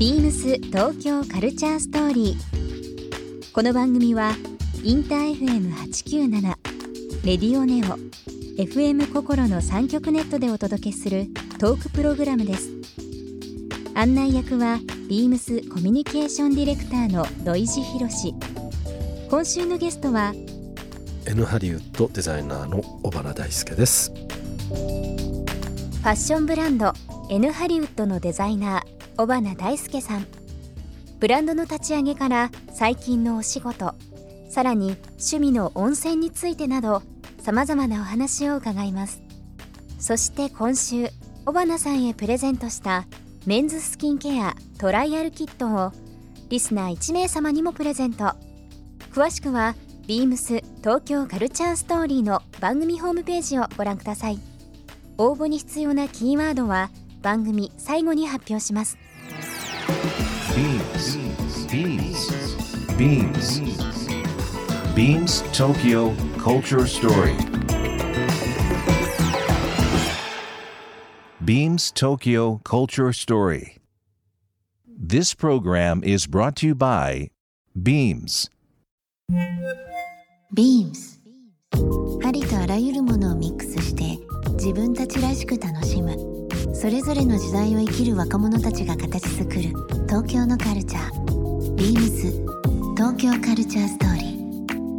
ビームス東京カルチャーストーリー。この番組はインター FM897 レディオネオ FM 心の3極ネットでお届けするトークプログラムです。案内役はビームスコミュニケーションディレクターの土井博志。今週のゲストは N ハリウッドデザイナーの尾花大輔です。 ファッションブランド N ハリウッドのデザイナー尾花大輔さん。ブランドの立ち上げから最近のお仕事、さらに趣味の温泉についてなどさまざまなお話を伺います。そして今週尾花さんへプレゼントしたメンズスキンケアトライアルキットをリスナー1名様にもプレゼント。詳しくはビームス東京カルチャーストーリーの番組ホームページをご覧ください。応募に必要なキーワードは番組最後に発表します。 Beams Tokyo Culture Story. Beams Tokyo Culture Story. This program is brought to you by Beams. Beams ありとあらゆるものをミックスして自分たちらしく楽しむ、それぞれの時代を生きる若者たちが形作る東京のカルチャー。ビームス東京カルチャーストーリー。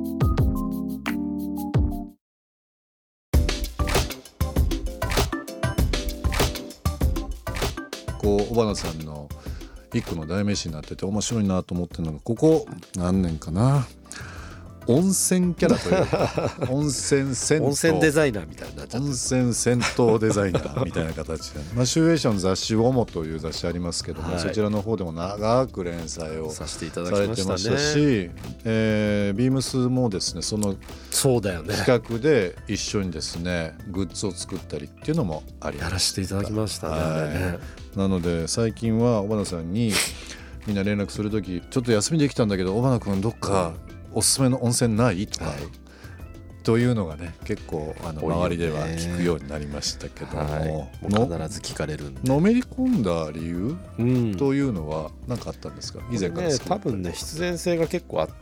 尾花さんの一個の代名詞になってて面白いなと思ってるのが、ここ何年かな、温泉キャラというか温泉デザイナーみたいになっちゃって、 温泉銭湯デザイナーみたいな形で、シュエーション雑誌オモという雑誌ありますけども、そちらの方でも長く連載をさせていただされてましたし、ビームスもですね、その企画で一緒にですねグッズを作ったりっていうのもありました。 やらせていただきましたね。 なので最近は尾花さんにみんな連絡するとき、ちょっと休みできたんだけど尾花くんどっかおすすめの温泉ないとか、というのがね結構周りでは聞くようになりましたけども、 必ず聞かれるんで。 のめり込んだ理由、というのは何かあったんですか、以前から。 多分ね、必然性が結構あって、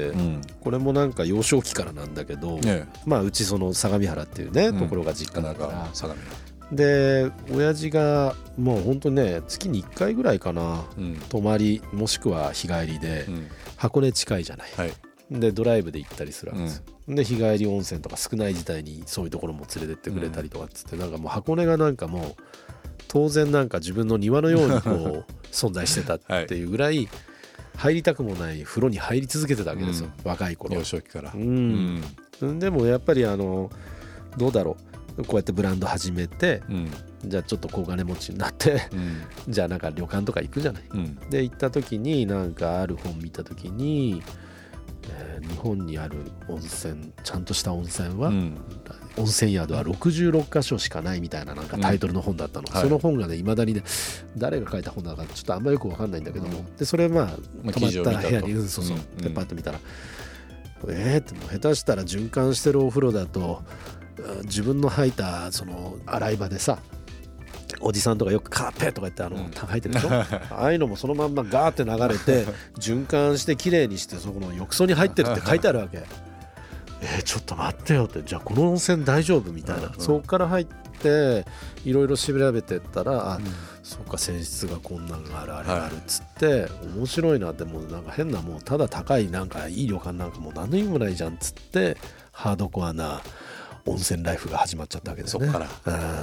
これもなんか幼少期からなんだけど、うちその相模原っていうね、ところが実家だから、 相模原で親父がもう本当にね月に1回ぐらいかな、泊まりもしくは日帰りで、箱根近いじゃない、でドライブで行ったりするわけですよ、で日帰り温泉とか少ない時代にそういうところも連れてってくれたりとかっつって、なんかもう箱根がなんかもう当然なんか自分の庭のようにこう存在してたっていうぐらい入りたくもない風呂に入り続けてたわけですよ、若い頃、 幼少期から。でもやっぱりどうだろう、こうやってブランド始めて、じゃあちょっと小金持ちになって、じゃあなんか旅館とか行くじゃない、で行った時になんかある本見た時に、日本にある温泉、ちゃんとした温泉は、温泉宿は66カ所しかないみたいな、なんかタイトルの本だったの、その本がね未だにね、誰が書いた本だかちょっとあんまよく分かんないんだけども、でそれ泊まった部屋にでパッと見たら、ってもう下手したら循環してるお風呂だと自分の吐いたその洗い場でさ、おじさんとかよくカーペッとか言って吐いてるでしょああいうのもそのまんまガーって流れて循環してきれいにして、そこの浴槽に入ってるって書いてあるわけちょっと待ってよって、じゃあこの温泉大丈夫みたいな、そこから入っていろいろ調べてったら、そうか泉質がこんなんがあるあれがあるっつって、面白いなって、もうなんか変なもうただ高いなんかいい旅館なんかもう何の意味もないじゃんっつって、ハードコアな温泉ライフが始まっちゃったわけですね。そっから、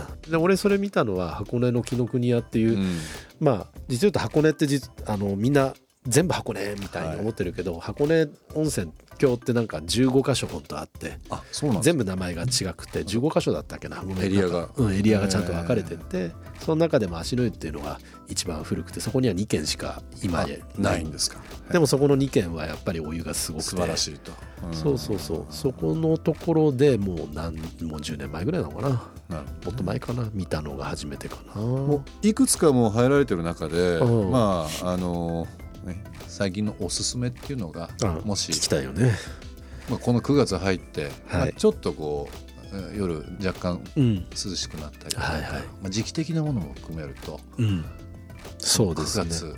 で俺それ見たのは箱根の紀ノ国屋っていう、実言うと箱根ってみんな全部箱根みたいに思ってるけど、箱根温泉郷ってなんか15カ所本当あって、全部名前が違くて15カ所だったっけな、 エリアがちゃんと分かれてて、その中でも芦之湯っていうのが一番古くて、そこには2軒しか今ないんですか。でもそこの2軒はやっぱりお湯がすごくて素晴らしいと、 そこのところでもう10年前ぐらいなのかな、もっと前かな、見たのが初めてかな。 もういくつかもう入られてる中で、最近のおすすめっていうのがもし聞きたいよね。 この9月入って、ちょっとこう夜若干涼しくなったりとか、時期的なものも含めると、 そうですね、 9月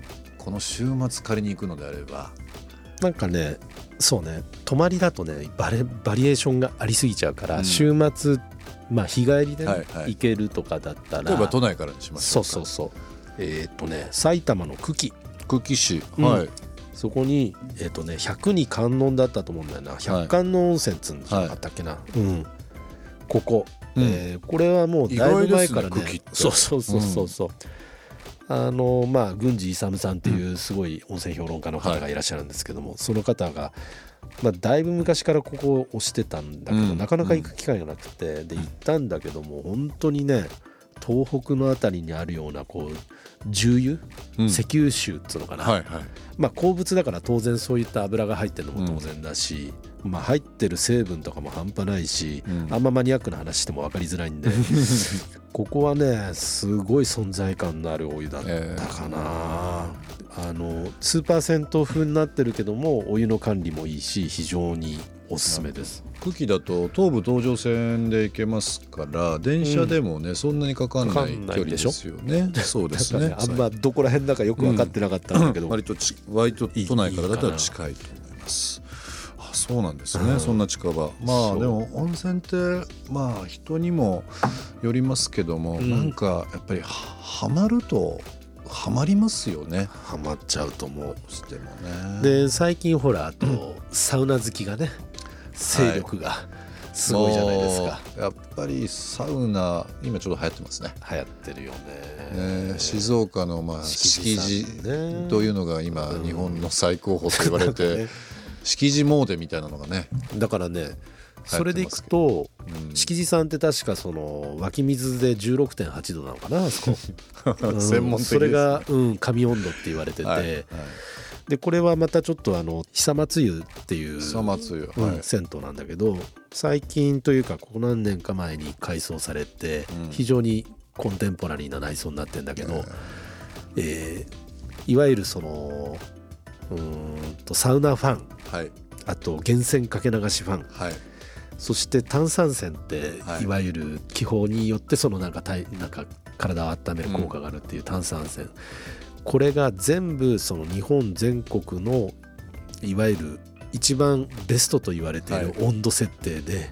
この週末借りに行くのであればなんかねそうね泊まりだとねバリエーションがありすぎちゃうから、週末まあ日帰りで、ね行けるとかだったら例えば都内からにしましょうか。 そう埼玉の久喜市、 そこに100に観音だったと思うんだよな。百観音温泉っつうんじゃなかったっけな、ここ、これはもうだいぶ前からねそうまあ郡司勇さんっていうすごい温泉評論家の方がいらっしゃるんですけども、その方がまあだいぶ昔からここを推してたんだけど、なかなか行く機会がなくて、で行ったんだけども本当にね東北のあたりにあるようなこう重油、石油臭っつうのかな、まあ鉱物だから当然そういった油が入ってるのも当然だし、まあ入ってる成分とかも半端ないし、あんまマニアックな話しても分かりづらいんでここはねすごい存在感のあるお湯だったかな、スーパー銭湯風になってるけどもお湯の管理もいいし非常におすすめです。 久喜だと東武東上線で行けますから電車でもね、そんなにかかんない距離ですよね。そうですね。 あんまどこら辺だかよく分かってなかったんだけど、 割と都内からだったら近いと思います。そうなんですね、そんな近場。まあでも温泉ってまあ人にもよりますけども、なんかやっぱりハマるとハマりますよね。 ハマっちゃうと思う。 してもね。 で最近ほらあと、サウナ好きがね勢力がすごいじゃないですか。 やっぱりサウナ今ちょうど流行ってますね。 流行ってるよね。 静岡の敷地というのが今日本の最高峰と言われて敷地詣でみたいなのがね。 だからねそれでいくと、敷地さんって確かその湧き水で 16.8 度なのかなあそこ専門的ですね。 それが、神温度って言われてて、でこれはまたちょっと久松湯っていう銭湯なんだけど、最近というかここ何年か前に改装されて、非常にコンテンポラリーな内装になってるんだけど、いわゆるそのサウナファン、あと源泉かけ流しファン、そして炭酸泉っていわゆる気泡によってそのなんか体を温める効果があるっていう炭酸泉、これが全部その日本全国のいわゆる一番ベストと言われている温度設定で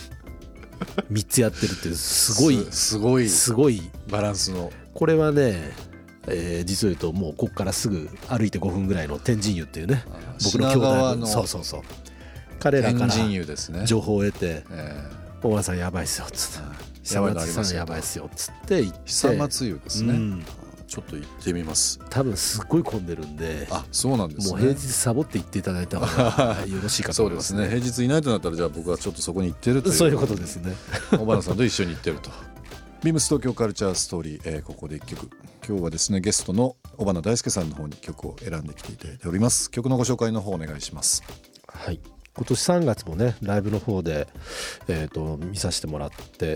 3つやってるっていうすごいバランスの。 これはね実を言うともうここからすぐ歩いて5分ぐらいの天神湯っていうね、僕の兄弟のそう彼らから情報を得て「大和さんやばいっすよ」っつって「久松さんやばいっすよ」っつって行って、 久松湯ですね、ちょっと行ってみます。 多分すっごい混んでるんで、 そうなんですね。 もう平日サボって行っていただいた方がよろしいかと思いますね。 そうですね。平日いないとなったらじゃあ僕はちょっとそこに行ってるという、 そういうことですね。 小花さんと一緒に行ってると。ビームス東京カルチャーストーリー、ここで1曲。今日はですねゲストの小花大輔さんの方に曲を選んできていただいております。曲のご紹介の方お願いします。 はい。今年3月もねライブの方で、見させてもらって、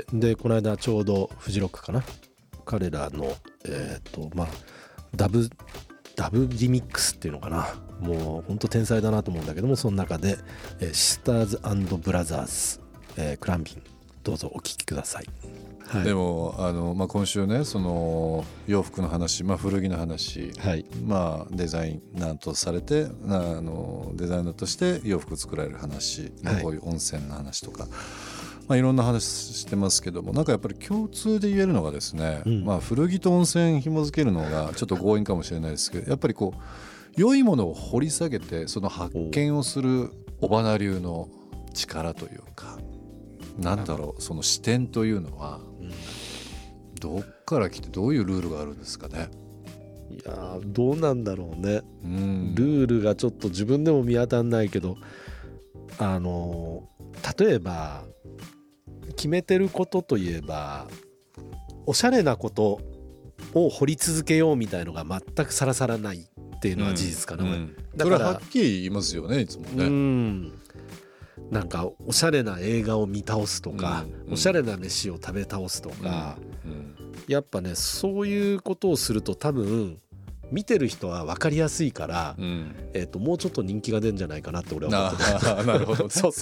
でこの間ちょうどフジロックかな、彼らのダブリミックスっていうのかな、もう本当天才だなと思うんだけども、その中で、シスターズ&ブラザーズ、クランビンどうぞお聴きください。 でも今週ねその洋服の話、古着の話、デザイナーとされてデザイナーとして洋服作られる話、こういう温泉の話とか、いろんな話してますけども、なんかやっぱり共通で言えるのがですね、古着と温泉紐付けるのがちょっと強引かもしれないですけど、やっぱりこう良いものを掘り下げてその発見をする尾花流の力というか、なんだろう、その視点というのはどっから来てどういうルールがあるんですかね。 いやどうなんだろうね、ルールがちょっと自分でも見当たんないけど、例えば決めてることといえばおしゃれなことを掘り続けようみたいのが全くさらさらないっていうのは事実かな、 だからはっきり言いますよねいつもね。 なんかおしゃれな映画を見倒すとか、おしゃれな飯を食べ倒すとか、やっぱねそういうことをすると多分見てる人は分かりやすいから、もうちょっと人気が出るんじゃないかなって俺は思ってる。 なるほど、ね、 そう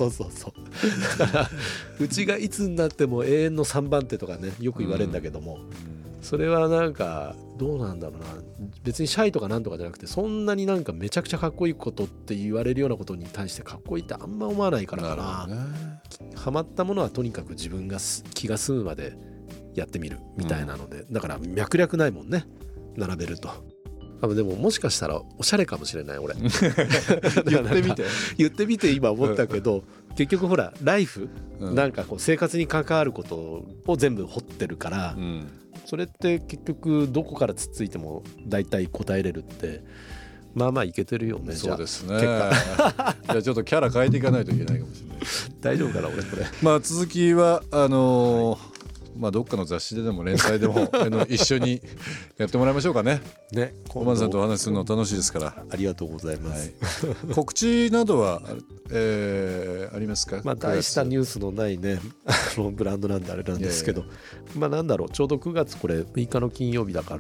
だからうちがいつになっても永遠の3番手とかねよく言われるんだけども、 それはなんかどうなんだろうな、別にシャイとかなんとかじゃなくて、そんなになんかめちゃくちゃかっこいいことって言われるようなことに対してかっこいいってあんま思わないからかな。ハマったものはとにかく自分が気が済むまでやってみるみたいなので、だから脈略ないもんね、並べると。でももしかしたらおしゃれかもしれない俺言ってみて今思ったけど結局ほらライフ、なんかこう生活に関わることを全部掘ってるから、それって結局どこからつっついても大体答えれるってまあまあいけてるよね。 そうですね。いやちょっとキャラ変えていかないといけないかもしれない大丈夫かな俺これ。 続きはどっかの雑誌ででも連載でも一緒にやってもらいましょうかね。小花さんとお話しするの楽しいですから。 ありがとうございます。 告知などは、ありますか？ 大したニュースのないねブランドなんであれなんですけど、なんだろう、ちょうど9月これ6日の金曜日だから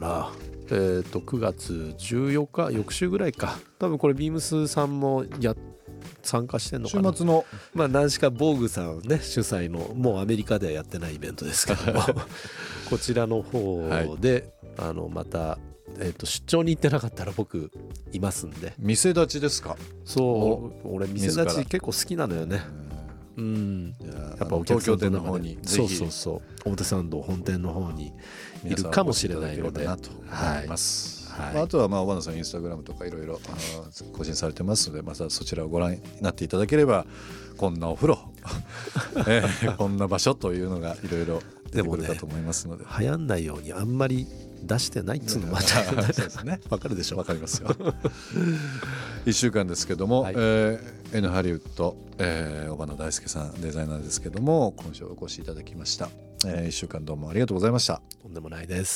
、9月14日翌週ぐらいか、多分これビームスさんも参加してんのかな。 週末の何しか防具さんね主催の、もうアメリカではやってないイベントですけどもこちらの方で、また、出張に行ってなかったら僕いますんで。 店立ちですか？ そう俺店立ち結構好きなのよね。やっぱお客さんの方にぜひそう表参道本店の方にいるかもしれないので、 と思います。あとは小花さんインスタグラムとかいろいろ更新されてますので、またそちらをご覧になっていただければ、こんなお風呂、こんな場所というのがいろいろ出てくるかと思いますので、 流行んないようにあんまり出してないっつうのもあったそうですね。わかるでしょ？ わかりますよ。1週間ですけども、N ハリウッド、小花大輔さんデザイナーですけども、今週お越しいただきました。1週間どうもありがとうございました。 とんでもないです。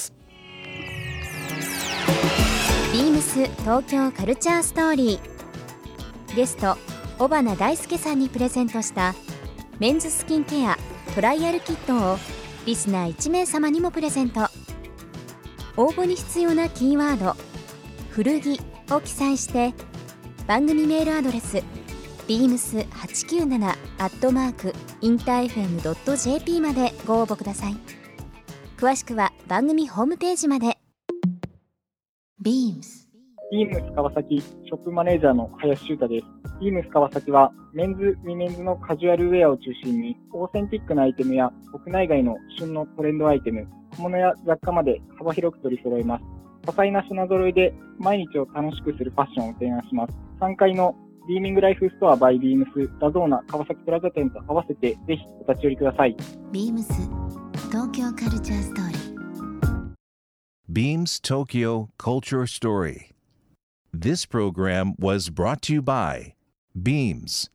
ビームス東京カルチャーストーリー、ゲスト尾花大輔さんにプレゼントしたメンズスキンケアトライアルキットをリスナー1名様にもプレゼント。応募に必要なキーワード古着を記載して番組メールアドレス beams897@interfm.jp までご応募ください。詳しくは番組ホームページまで。 BEAMS 川崎ショップマネージャーの林修太です。BEAMS川崎はメンズ・ウィメンズのカジュアルウェアを中心にオーセンティックなアイテムや国内外の旬のトレンドアイテム、小物や雑貨まで幅広く取り揃えます。多彩な品揃えで毎日を楽しくするファッションを提案します。3階のビーミングライフストアバイビームスラゾーナ川崎プラザ店と合わせてぜひお立ち寄りください。 BEAMS 東京カルチャーストーリー。 Beams Tokyo Culture Story. This program was brought to you by Beams.